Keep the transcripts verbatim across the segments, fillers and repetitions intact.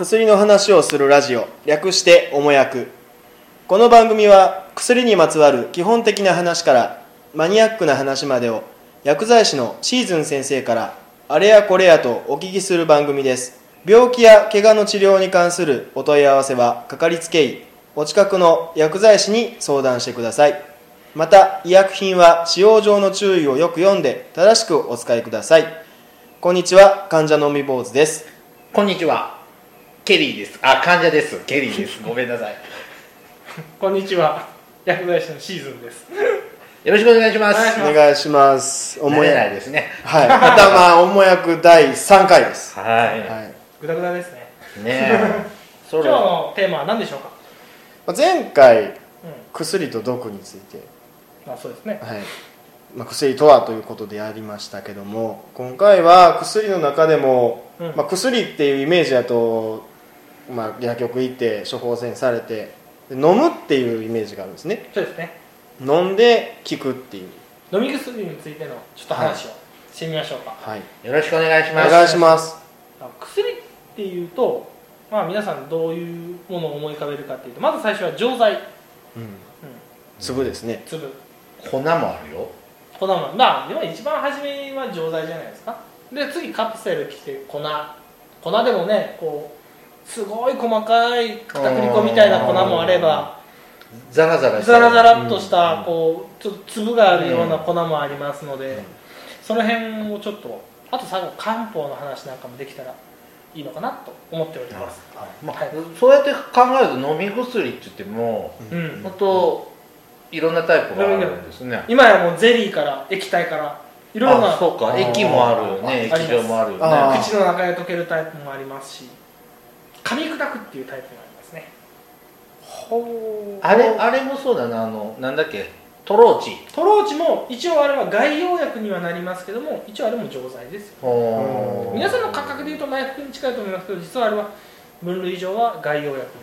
薬の話をするラジオ、略しておもやく。この番組は薬にまつわる基本的な話からマニアックな話までを薬剤師のシーズン先生からあれやこれやとお聞きする番組です。病気や怪我の治療に関するお問い合わせはかかりつけ医、お近くの薬剤師に相談してください。また医薬品は使用上の注意をよく読んで正しくお使いください。こんにちは、患者のみ坊主です。 こんにちは、ケリーです。あ、患者です。ケリーです。ごめんなさい。 こんにちは、薬剤師のシーズンです。 よろしくお願いします。 お願いします。 おもやないですね。 はい。頭おもやくだいさんかいです。 はい。 はい。 ぐだぐだですね。 ねえ。 今日のテーマは何でしょうか。 前回、うん、薬と毒について。 あ、そうですね。 はい。まあ、薬とはということでやりましたけども、今回は薬の中でも、うん、まあ、薬っていうイメージだと、まあ、薬局行って処方箋されて飲むっていうイメージがあるんですね。 そうですね。 飲んで効くっていう飲み薬についてのちょっと話をしてみましょうか。 はい、よろしくお願いします。 お願いします。 薬っていうと、まあ、皆さんどういうものを思い浮かべるかっていうと、まず最初は錠剤、うんうん、 粒ですね。 粒、 粉もあるよ。 粉も、まあでも一番初めは錠剤じゃないですか。で次カプセル来て粉、粉でもね、こうすごい細かい片栗粉みたいな粉もあれば、 ザラザラザラザラっとしたこうちょっと粒があるような粉もありますので、その辺をちょっと、あと最後漢方の話なんかもできたらいいのかなと思っております。 はい、まあ、はい、そうやって考えると飲み薬って言っても、うん、本当いろんなタイプがあるんですね。 今やもうゼリーから液体からいろいろな、 そうか、液もあるよね、液状もあるよね。 口の中で溶けるタイプもありますし、噛み砕くっていうタイプがありますね。 ほあれあれもそうだな、あのなんだっけ、トローチトローチも一応あれは外用薬にはなりますけども、一応あれも錠剤ですよ。皆さんの感覚でいうと内服に近いと思いますけど、実はあれは分類上は外用薬になります。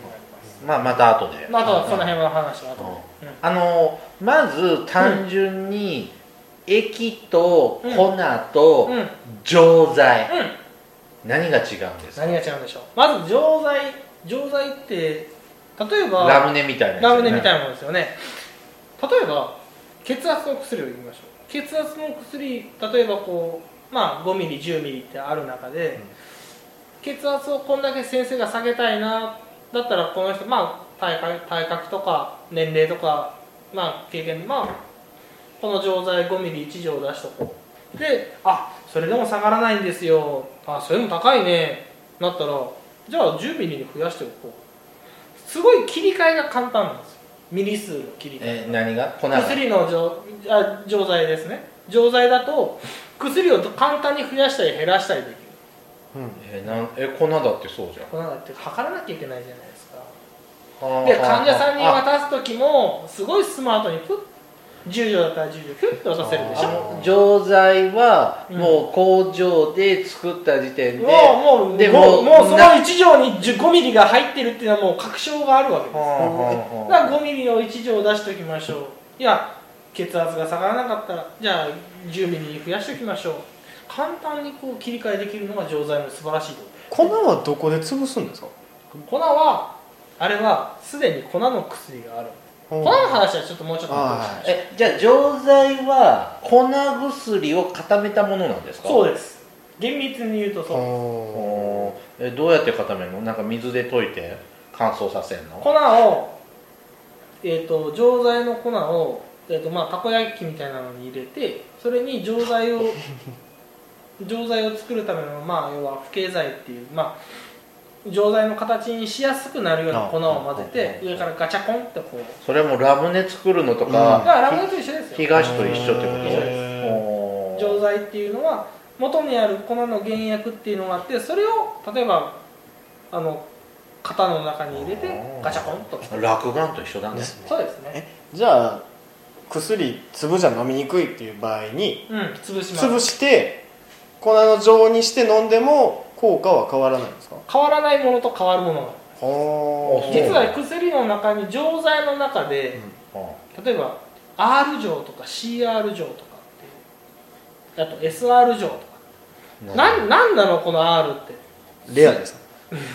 まあまた後で、 まあ、あとはその辺の話は後で、 うんうん、あのまず単純に液と粉と錠剤、うんうん、何が違うんですか。 何が違うんでしょう。まず錠剤錠剤って例えばラムネみたいな、ね、 ラムネみたいなものですよね。例えば血圧の薬を言いましょう。血圧の薬、例えばこう、まあ、ごミリじゅうミリってある中で、うん、血圧をこんだけ先生が下げたいな、だったらこの人、まあ、体格、体格とか年齢とか、まあ、経験、まあ、この錠剤ごミリいち錠出しとこう。で、あ、それでも下がらないんですよ。あ、それでも高いね。なったら、じゃあじゅうミリに増やしておこう。すごい切り替えが簡単なんですよ。ミリ数の切り替え。 え、何が？粉が？ 薬の錠、あ、錠剤ですね。錠剤だと薬を簡単に増やしたり減らしたりできる。 うん、えなんえ粉だってそうじゃん。 粉だって測らなきゃいけないじゃないですか。で患者さんに渡す時もすごいスマートにプッじゅう錠だったらじゅう錠ピュッと渡せるでしょ。 錠剤はもう工場で作った時点で、うん、 もうもうでももうそのいち錠にごミリが入ってるっていうのはもう確証があるわけです。だからごミリのいち錠出しておきましょう。いや血圧が下がらなかったらじゃあじゅうミリに増やしておきましょう。簡単にこう切り替えできるのが錠剤の素晴らしいところ。 粉はどこで潰すんですか。 粉はあれはすでに粉の薬がある。粉の話はちょっともうちょっとえじゃあ錠剤は粉薬を固めたものなんですか。 そうです。厳密に言うとそうです。えどうやって固めるの。なんか水で溶いて乾燥させるの。 粉を、えー、と錠剤の粉を、えーとまあ、たこ焼きみたいなのに入れて、それに錠剤を錠剤を作るための、まあ、要は不経剤っていう、まあ錠剤の形にしやすくなるような粉を混ぜて上からガチャコンってこう。 それもラムネ作るのとか、うん、 だからラムネと一緒ですよ。 東と一緒ってこと。錠剤っていうのは元にある粉の原薬っていうのがあって、それを例えばあの型の中に入れてガチャコンと。 落眼と一緒だね。 そうですね。 えじゃあ薬粒じゃ飲みにくいっていう場合に、 うん、潰します。 潰して粉の状にして飲んでも効果は変わらないんですか。 変わらないものと変わるものがある。実は薬の中に錠剤の中で、うん、例えば アール 錠とか シーアール 錠とかっていう、あと エスアール 錠とか、なんなんなのこの R って。 レアです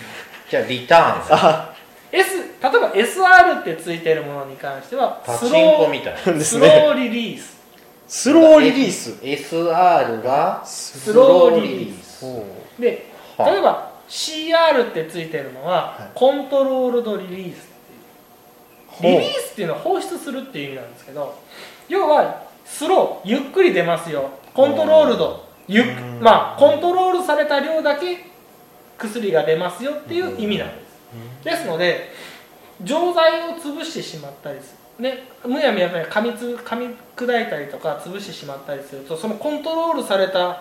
じゃあリターンあ S 例えば エスアール ってついてるものに関してはパチンコみたいなスですねローリリーススローリリースエスアール がスローリリースほでは例えば シーアール ってついてるのは、 はいコントロールドリリースっていうほうリリースっていうのは放出するっていう意味なんですけど、要はスローゆっくり出ますよ、コントロールドゆっうんまあコントロールされた量だけ薬が出ますよっていう意味なんです。ですので錠剤を潰してしまったりする、ね、むやみやたら噛みつ噛み砕いたりとか潰してしまったりすると、そのコントロールされた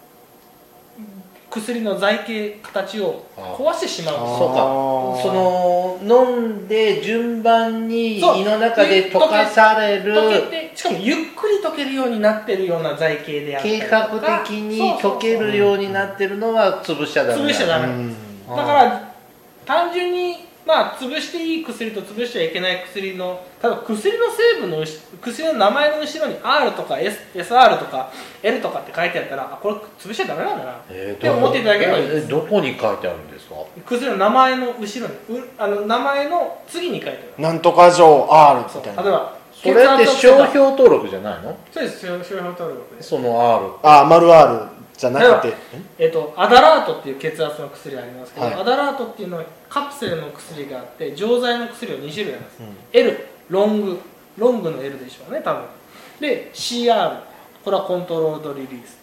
薬の剤形形を壊してしまうんです。 そうか、その飲んで順番に胃そうの中で溶かされる溶けてしかもゆっくり溶けるようになってるような剤形であったり計とか、 画的に溶けるようになってるのは潰しちゃダメだ。 潰しちゃダメうんだから単純にまあ潰していい薬と潰しちゃいけない薬のただ薬の成分の後薬の名前の後ろに アール とか S、エスアール とか L とかって書いてあったら、あこれ潰しちゃダメなんだな、 えーって思っていただければいいです。 えどこに書いてあるんですか？ 薬の名前の後ろにうあの名前の次に書いてある。 なんとか錠 アールそうみたいな。 例えばそれって商標登録じゃないの？ そうです商標登録です。 その アール。 あ丸 アール じゃなくてえっと、アダラートっていう血圧の薬がありますけど、 はいアダラートっていうのはカプセルの薬があって錠剤の薬をに種類あります、 うん L ロングロングの L でしょうね多分で シーアール これはコントロールドリリース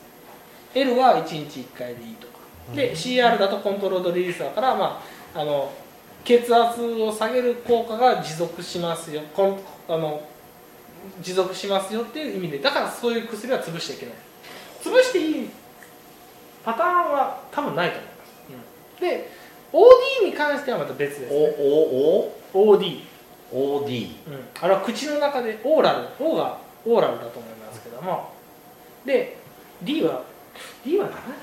L はいちにちいっかいでいいとかで シーアール だとコントロールドリリースだから、まあ、あの血圧を下げる効果が持続しますよコンあの持続しますよっていう意味で、だからそういう薬は潰しちゃいけない。潰していいパターンは多分ないと思います、うん、で オーディー に関してはまた別です、 おね、 おオーディー、 お オーディー。 うん、あれは口の中でオーラル O がオーラルだと思いますけども、で D は D は何だかな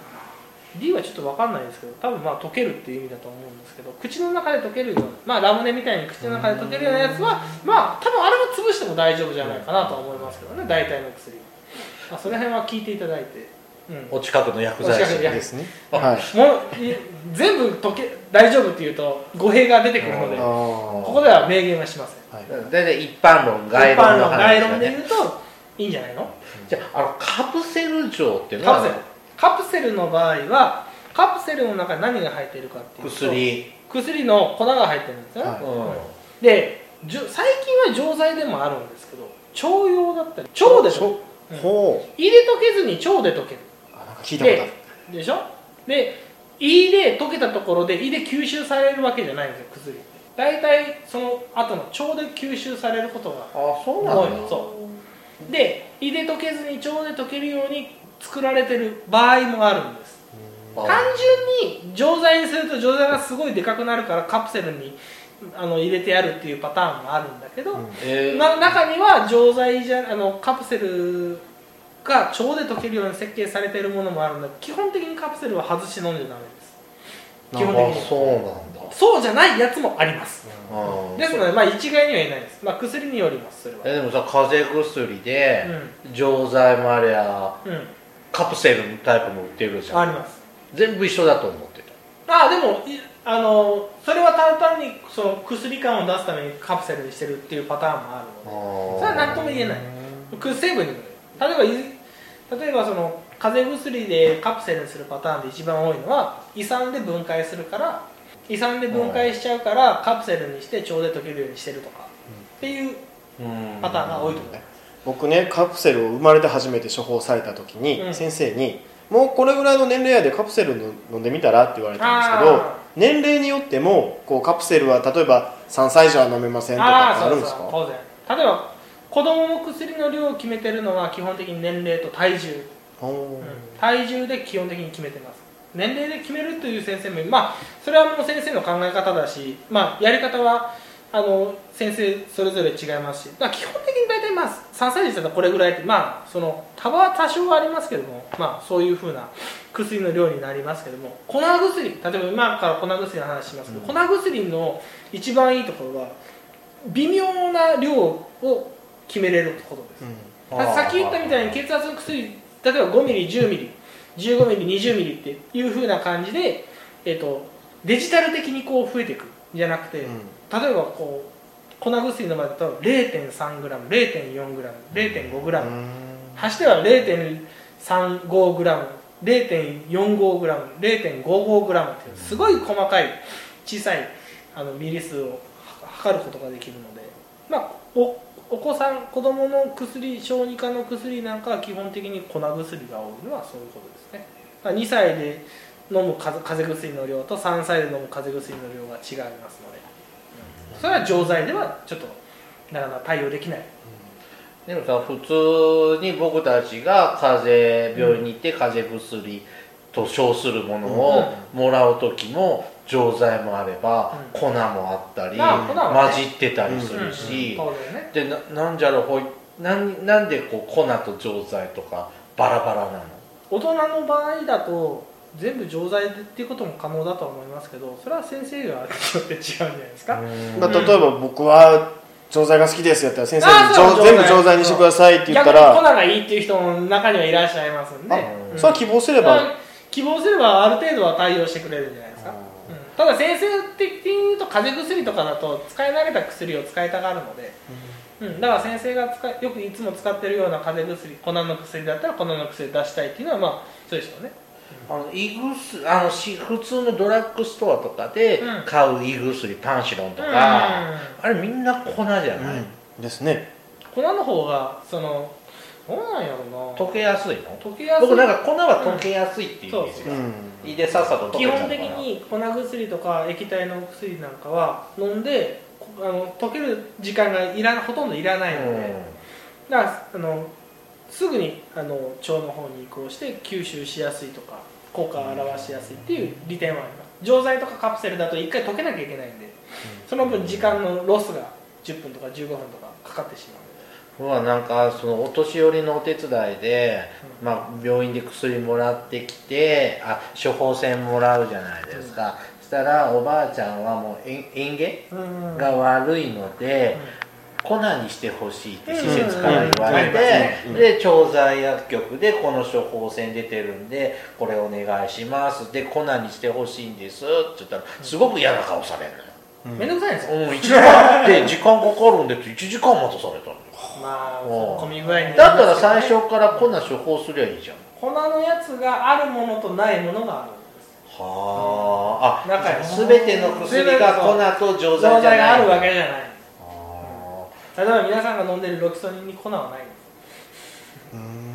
D はちょっと分かんないですけど、多分まあ溶けるっていう意味だと思うんですけど、口の中で溶けるような、まあ、ラムネみたいに口の中で溶けるようなやつはまあ多分あれも潰しても大丈夫じゃないかなとは思いますけどね、大体の薬、まあ、その辺は聞いていただいて、うん、 お近くの薬剤師お近くの薬ですね。はい。 もうい全部溶け大丈夫っていうと語弊が出てくるので、 あこーこでは明言はしません。 はい大体一般論概一般論の話論概論だね。 で言うといいんじゃないの？ じゃあ、あのカプセル錠っていうのはカプセルカプセルの場合はカプセルの中に何が入っているかっていうと薬。 薬の粉が入ってるんですね、 はいうん。 でじょ最近は錠剤でもあるんですけど腸用だったり腸で溶ける、 ほう。 胃で溶けずに腸で溶けるあなんか聞いたことある。 ででしょで胃で溶けたところで胃で吸収されるわけじゃないんですよ薬って。大体その後の腸で吸収されることがあ、そうなんだ。 多いのそうで胃で溶けずに腸で溶けるように作られてる場合もあるんです。 あ単純に錠剤にすると錠剤がすごいでかくなるからカプセルにあの入れてやるっていうパターンもあるんだけど、 うんえーな中には錠剤じゃあのカプセルが腸で溶けるように設計されているものもあるんだけど、基本的にカプセルは外して飲んじゃダメです。基本的にあ、そうなんだ。 そうじゃないやつもあります。 うんですので、まあ、一概には言えないです。まあ、薬によりますそれは。 えでもさ、風邪薬で錠剤もありゃうん、うん、 カプセルのタイプも売ってるじゃん。 あります。 全部一緒だと思ってあでもいあのそれはただ単にその薬感を出すためにカプセルにしてるっていうパターンもあるた。 ので、それは何とも言えない。成分にもよる。例えばい例えばその風邪薬でカプセルにするパターンで一番多いのは胃酸で分解するから胃酸で分解しちゃうからカプセルにして腸で溶けるようにしてるとかっていうパターンが多いと思います。 僕ねカプセルを生まれて初めて処方された時に、 うん先生にもうこれぐらいの年齢やでカプセル飲んでみたらって言われたんですけど、 あ年齢によってもこうカプセルは例えばさんさい以上は飲めませんとかってあるんですか？ そうそう当然。例えば子供の薬の量を決めてるのは基本的に年齢と体重、 ほううん体重で基本的に決めてます。年齢で決めるという先生もまあそれはもう先生の考え方だし、まあ、やり方はあの先生それぞれ違いますし、まあ、基本的に大体まあさんさい児だったらこれぐらいってまあその幅は多少はありますけども、まあ、そういうふうな薬の量になりますけども、粉薬例えば今から粉薬の話しますけど、うん、粉薬の一番いいところは微妙な量を決めれることです、うん、さっき言ったみたいに血圧の薬例えばごミリ、じゅうミリ、じゅうごミリ、にじゅうミリっていう風な感じで、えー、とデジタル的にこう増えていくじゃなくて、うん、例えばこう粉薬の場合だと ゼロテンさんグラム、ゼロテンよんグラム、ゼロテンごグラム、足では ゼロテンさんじゅうごグラム、ゼロテンよんじゅうごグラム、ゼロテンごじゅうごグラムっていうすごい細かい小さいあのミリ数を測ることができるので、まあ、お, お子さん子供の薬、小児科の薬なんかは基本的に粉薬が多いのはそういうことですね。まあ、にさいで飲む風邪薬の量とさんさいで飲む風邪薬の量が違いますので、うん、それは錠剤ではちょっとなかなか対応できない。 でもさ、普通に僕たちが風邪病院に行って風邪薬と称するものをもらう時も錠剤もあれば、うん、粉もあったり、まあね、混じってたりするし、うんうんうんね、で な, なんじゃろほいな ん, なんでこう粉と錠剤とかバラバラなの？ 大人の場合だと全部錠剤っていうことも可能だと思いますけど、それは先生がよって違うんじゃないですか。 まあ、例えば僕は錠剤が好きですやったら先生に全部錠剤にしてくださいって言ったら、 逆に粉がいいっていう人も中にはいらっしゃいますんで、 うん、それは希望すれば希望すればある程度は対応してくれるんじゃないですか。うん、ただ先生的に言うと風邪薬とかだと使い慣れた薬を使いたがるので、うん、だから先生が使いよくいつも使ってるような風邪薬、粉の薬だったら粉の薬出したいっていうのはまあそうでしょうね。 あの胃薬あのし普通のドラッグストアとかで買う胃薬、パンシロンとか、うん、あれみんな粉じゃない、 うん、ですね。 粉の方がそのどうなんやろうな、 溶けやすいの？ 溶けやすい。 僕なんか粉は溶けやすいっていうイメージが、うん、胃でさっさと溶けちゃうから。 基本的に粉薬とか液体の薬なんかは飲んであの溶ける時間がいらほとんどいらないので、うん、だからあのすぐにあの腸の方に移行して吸収しやすいとか効果を表しやすいっていう利点はあります。錠剤とかカプセルだといっかい溶けなきゃいけないんで、その分時間のロスがじゅっぷんとかじゅうごふんとかかかってしまう。 僕はなんかそのお年寄りのお手伝いで、うん、まあ、病院で薬もらってきてあ処方箋もらうじゃないですか、うん、そしたらおばあちゃんはもう嚥下が悪いので、うん、粉にしてほしいって施設から言われて、で調剤薬局でこの処方箋出てるんでこれお願いしますで粉にしてほしいんですって言ったらすごく嫌な顔されるのよ。 めんどくさいんですよ、 うん、いちじかんで時間かかるんでっていちじかん待たされたの。 まあ、混み具合にだったら最初から粉処方すりゃいいじゃん。 粉のやつがあるものとないものがあるんです。 はあ、あ、全ての薬が粉と錠剤じゃない。 があるわけじゃない。あ、例えば皆さんが飲んでるロキソニンに粉はないんです。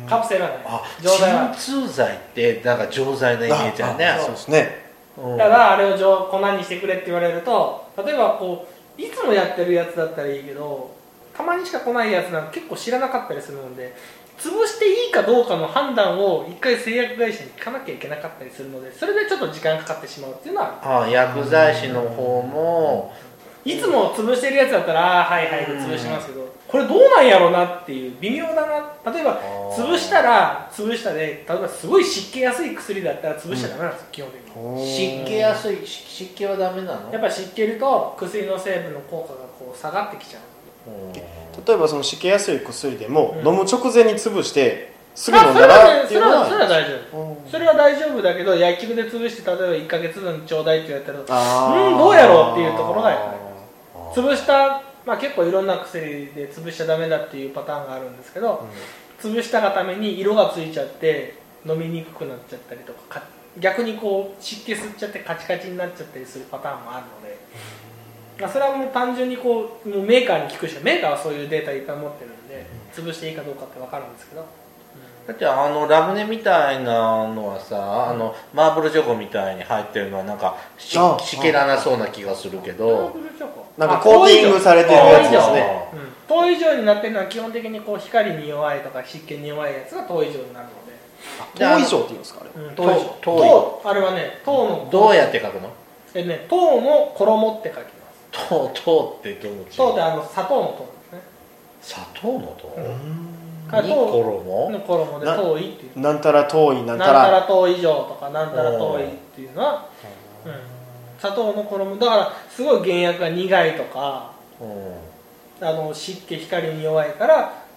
カプセルはない。 あ、鎮痛剤ってなんか錠剤のイメージあるね。 そうですね。 ただあれを粉にしてくれって言われると、例えばこういつもやってるやつだったらいいけどたまにしか来ないやつなんか結構知らなかったりするので、潰していいかどうかの判断を一回製薬会社に聞かなきゃいけなかったりするので、それでちょっと時間かかってしまうっていうのはある。あ、薬剤師の方もいつも潰してるやつだったらはいはいで潰しますけど、これどうなんやろうなっていう微妙だな。例えば潰したら潰したで、例えばすごい湿気やすい薬だったら潰しちゃダメなんですよ、基本的に。 湿気やすい湿気はダメなの？ やっぱ湿気ると薬の成分の効果がこう下がってきちゃう。 例えばその湿気やすい薬でも、うん、飲む直前に潰してすぐ飲んだらっていうのは、 それは大丈夫。それは大丈夫だけど薬局で潰して例えばいっかげつぶんちょうだいって言われたら、うんどうやろうっていうところがやっぱり潰した、まあ、結構いろんな薬で潰しちゃダメだっていうパターンがあるんですけど、うん、潰したがために色がついちゃって飲みにくくなっちゃったりとか、逆にこう湿気吸っちゃってカチカチになっちゃったりするパターンもあるので、まあ、それはもう単純にこうもうメーカーに聞くしか、メーカーはそういうデータいっぱい持ってるんで潰していいかどうかって分かるんですけど、 だってあのラムネみたいなのはさ、あのマーブルチョコみたいに入ってるのはなんか し, しけらなそうな気がするけど、マーブルチョコなんかコーティングされてるやつですね。 糖以上になってるのは基本的にこう光に弱いとか湿気に弱いやつが糖以上になるので。 糖以上って言うんですかあれ？ うん、糖以上。糖あれはね、糖のどうやって書くの？ えね、糖の衣って書きます。 糖糖ってどう違う？ 糖ってあの砂糖の糖ですね。 砂糖の糖？うんに衣の衣で糖いっていう。 なんたら糖いなんたら。 なんたら糖以上とかなんたら糖いっていうのは、うん、砂糖の衣だからすごい原薬が苦いとか、あの湿気光に弱いから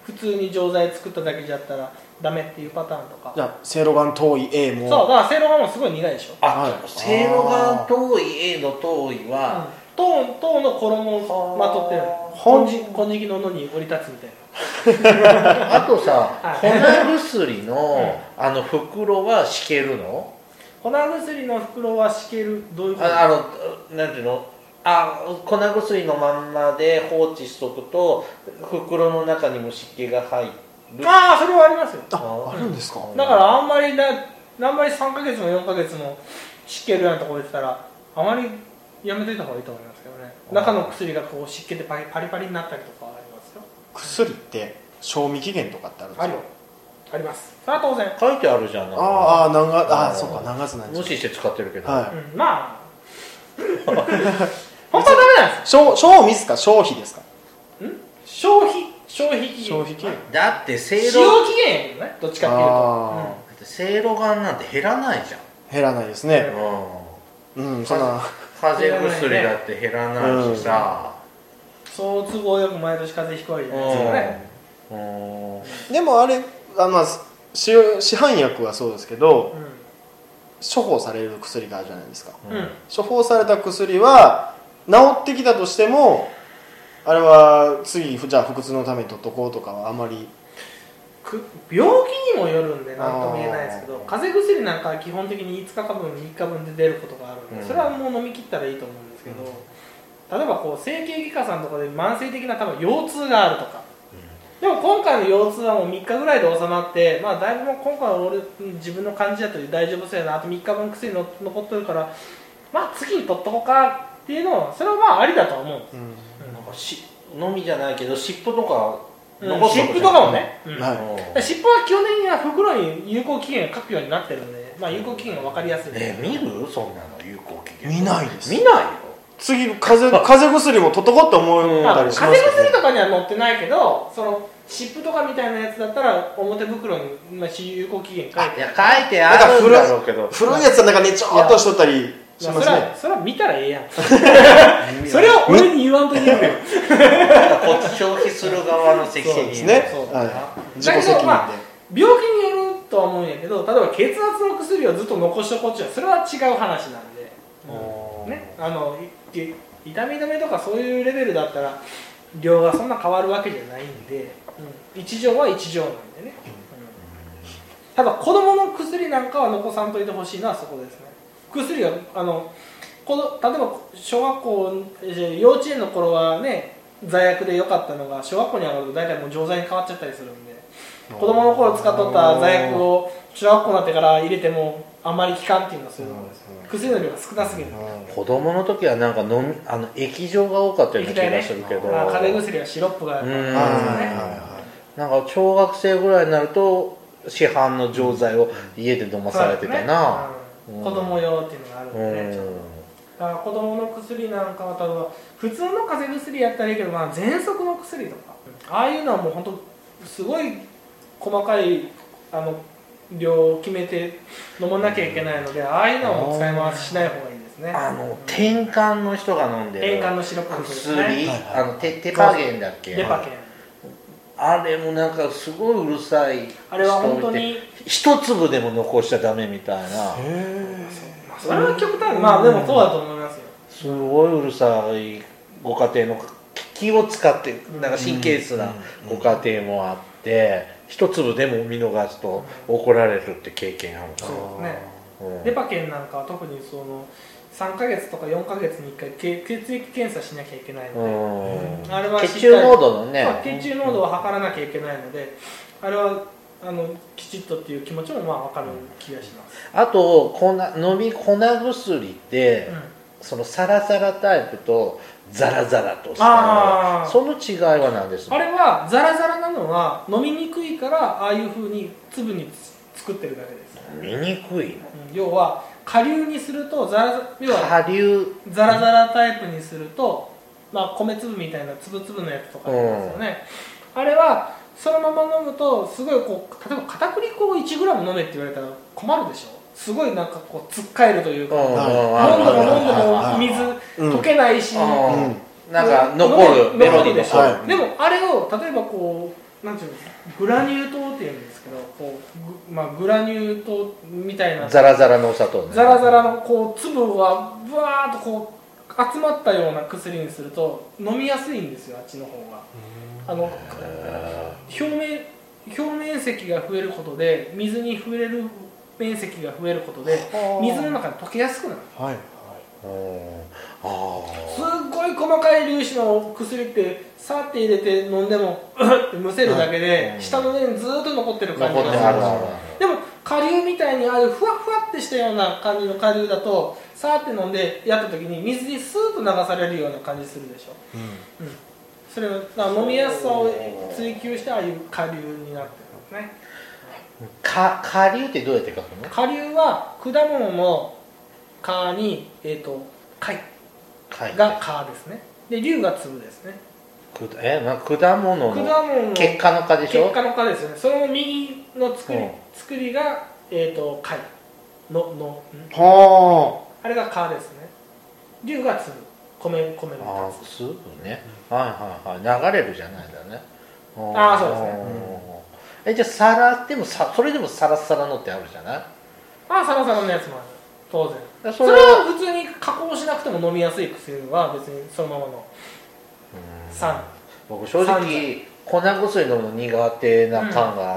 普通に錠剤作っただけじゃったらダメっていうパターンとか。 じゃあセいろがん糖衣 A もそうだからせいろがんもすごい苦いでしょ。 あ、 はいせいろがん糖衣 A の糖衣は、 糖糖の衣をまとってるほん金色ののに降り立つみたいな。 あとさ、 はい粉薬の、あの袋は敷けるの？ 粉薬の袋は敷ける。どういうこと？ ああのなんていうの、あ粉薬のまんまで放置しとくと袋の中にも湿気が入る。 ああ、それはありますよ。 ああるんですか。 だからあんまりなあんまりさんかげつもよんかげつも湿気るようなところでしたらあまりやめといた方がいいと思いますけどね。中の薬がこう湿気でパリパリパリになったりとかありますよ。 薬って賞味期限とかってあるんですか。 あるよ。あります。それは当然。 書いてあるじゃん。なんかああ何月、ああそうか何月なんですか。 無視して使ってるけど、 はうん、まあ本当はダメなんです消消費ですか消費ですか。 よ。ん消費消費期限。 消費期限。 だってせい使ろ用期限やけどね。どっちかっていうと。 あだってせいろがんなんて減らないじゃん。 減らないですね。 ううんそんな。 風邪薬だって減らないしさ、 そう都合よく毎年風邪ひくわけじゃないですかね。 うんうんでもあれあまあ市市販薬はそうですけど、処方される薬があるじゃないですか。 うん。うん。 処方された薬は治ってきたとしてもあれは次じゃあ腹痛のために取っとこうとかはあまり。 く病気にもよるんで何とも言えないですけど、風邪薬なんかは基本的にいつかかぶんみっかぶんで出ることがあるんで、 うんそれはもう飲み切ったらいいと思うんですけど、例えばこう整形外科さんとかで慢性的な多分腰痛があるとか、でも今回の腰痛はもうみっかぐらいで収まって、まあ、だいぶもう今回は俺自分の感じだと大丈夫そうやな、あとみっかぶん薬の残ってるから、まあ、次に取っとこうかっていうのはそれはまあありだとは思うんです、 うんなんかしのみじゃないけど湿布とかうん、 残す湿布とかもね、うんはい湿布は基本的には袋に有効期限が書くようになってるんで、まあ、有効期限が分かりやすいんで、 ねえ見るそんなの有効期限見ないです。 見ないよ。 次風邪風邪薬も取っとこうって思ったりします風けど、 邪薬とかには載ってないけど、その湿布とかみたいなやつだったら表袋に、まあ、有効期限書いていや書いてあるんだろうけど、 古いやつはなんかねちょっとしとったりしまあ、 ますね。 それはそれは見たらええやんそれを俺に言わんと言うよこっち消費する側の責任そうですねそうだなはい、自己責任で、 まあ病気によるとは思うんやけど、例えば血圧の薬をずっと残しとこっちはそれは違う話なんで、うんね、あのいい痛み止めとかそういうレベルだったら量がそんな変わるわけじゃないんで、うん、いち錠はいち錠なんでね、うん、ただ子供の薬なんかは残さんといてほしいのはそこですね。薬があのこの例えば小学校幼稚園の頃はね罪悪で良かったのが小学校に上がると大体もう錠剤に変わっちゃったりするんで、子供の頃使っとった罪悪を小学校になってから入れてもあんまり効かんっていうのはそういうところです。薬の量が少なすぎる。 子供の時はなんか飲みあの液状が多かったような気がするけど、 あ風邪薬はシロップがあるからうんですよね。 なんか小学生ぐらいになると市販の錠剤を家で飲まされてたな、 うん、子供用っていうのがあるんでね、ちょっとだから子供の薬なんかは例えば普通の風邪薬やったらいいけど、まあ、喘息の薬とかああいうのはもう本当すごい細かいあの量を決めて飲まなきゃいけないので、ああいうのはもう使い回ししない方がいいですね。 あの転換の人が飲んでる転換のシロップの薬、 ね、 あのテテパゲンだっけ、 レパケン、 あれもなんかすごいうるさいあれは本当に一粒でも残しちゃダメみたいな、 へそれは極端、まあでもそうだと思いますよ。 すごいうるさいご家庭の気を使ってなんか神経質なご家庭もあって一粒でも見逃すと怒られるって経験あるそうですね、 うん、 レパケンなんかは特にそのさんかげつとかよんかげつにいっかい血液検査しなきゃいけないので、 うん、 あれは血中濃度のね、 血中濃度を測らなきゃいけないので、あれはあのきちっとっていう気持ちもまあ分かる気がします。 あと粉飲み粉薬って、 うん、 そのサラサラタイプとザラザラとしあたその違いは何ですか？ あれはザラザラなのは飲みにくいからああいうふうに粒に作ってるだけです。 飲みにくいの、 うん、要は顆粒にするとザラ要は顆粒ザラザラタイプにすると、まあ、米粒みたいな粒々のやつとかありますよね、うん、あれはそのまま飲むとすごいこう例えば片栗粉を いちグラム 飲めって言われたら困るでしょ。すごいなんかこうつっかえるというか、 うん、 飲んでも飲んでも水溶けないし、 うん、なんか残るメロディーでしょ、 はい、でもあれを例えばこうなんていうのグラニュー糖っていうんですけどこう、まあ、グラニュー糖みたいなザラザラのお砂糖ね。 ザラザラのこう粒がブワーッとこう集まったような薬にすると飲みやすいんですよ、あっちの方が。あの表面表面積が増えることで水に触れる面積が増えることで水の中に溶けやすくなる。 はい、 あすっごい細かい粒子の薬ってさーって入れて飲んでもうってむせるだけで下の上にずーっと残ってる感じがするんですよ。でも下流みたいにああいうふわふわってしたような感じの下流だとさーって飲んでやった時に水にスーッと流されるような感じするでしょ、うんうん、それを飲みやすさを追求してああいう下流になってるんですね。 か下流ってどうやって書くの？ 下流は果物の果に、えーと、貝が果ですね。で流が粒ですね。 えな果物の果物の結果の果でしょ？ 結果の果ですよね。その右の作り、 うん、 作りが、えーと、貝ののはあれが果ですね。流が粒米米のあ粒ね、はいはいはい流れるじゃないんだね。 ああそうですね、 うん、えじゃあサラでもさそれでもサラサラのってあるじゃない？ ああサラサラのやつもある当然。 それそれは普通に加工しなくても飲みやすい薬は別にそのままの酸。 僕正直粉薬飲むの苦手な感があって、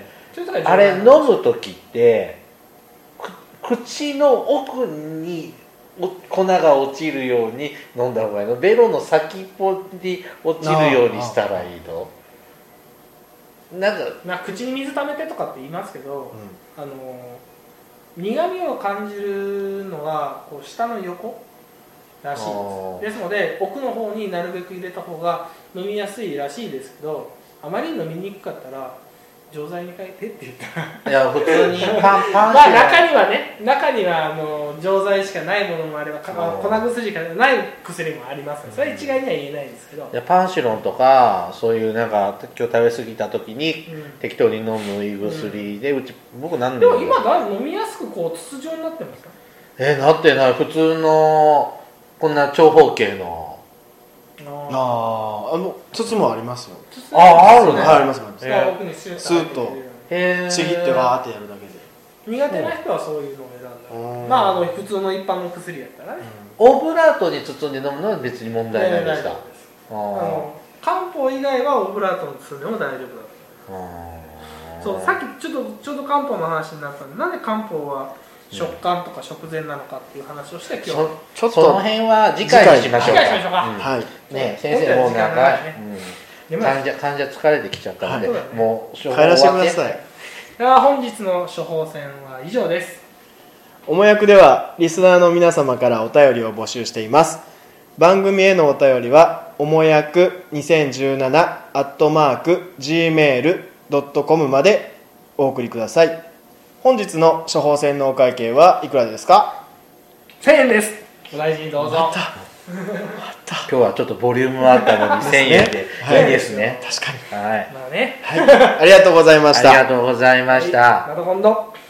うんうん、 あれ飲む時って口の奥に粉が落ちるように飲んだ方がいいの？ベロの先っぽに落ちるようにしたらいいの？なんかな口に水溜めてとかって言いますけど、うん、あの苦味を感じるのはこう下の横らしいです。ですので奥の方になるべく入れた方が飲みやすいらしいですけど、あまり飲みにくかったら錠剤に変えてって言ったらいや普通にパンパンまあ中にはね中にはあの錠剤しかないものもあれば粉薬しかない薬もありますので、それは一概には言えないんですけど、 いやパンシロンとかそういうなんか今日食べ過ぎた時に適当に飲む胃薬で、うん、うち僕何でも今だいぶ飲みやすくこう筒状になってますか？ えなってない。普通のこんな長方形のああの筒もありますよ。 ああるね、 はい、ありますあります。 奥にスーッとちぎってガーってやるだけで。 苦手な人はそういうのを選んだ。まああの普通の一般の薬やったらね、 うん、オブラートに包んで飲むのは別に問題ないですか？ あの漢方以外はオブラートに包んでも大丈夫だと。そうさっきちょっとちょうど漢方の話になったんで、なんで漢方は食感とか食前なのかっていう話をして今日そちょっとその辺は次回にしましょうか。 次回しましょうか、 うん、 はいね、先生もうなんか、うん、患者患者疲れてきちゃったので、はい、もう帰らせてください。 では本日の処方箋は以上です。 おもやくではリスナーの皆様からお便りを募集しています。番組へのお便りはおもやくにせんじゅうななアットマークジーメールドットコムまでお送りください。本日の処方箋のお会計はいくらですか？ せんえんです。お大事にどうぞ。また今日はちょっとボリュームあったのにせんえんでいいですね。 確かに。 はい。 まあね。 はい。ありがとうございました。 ありがとうございました。 はい、また今度。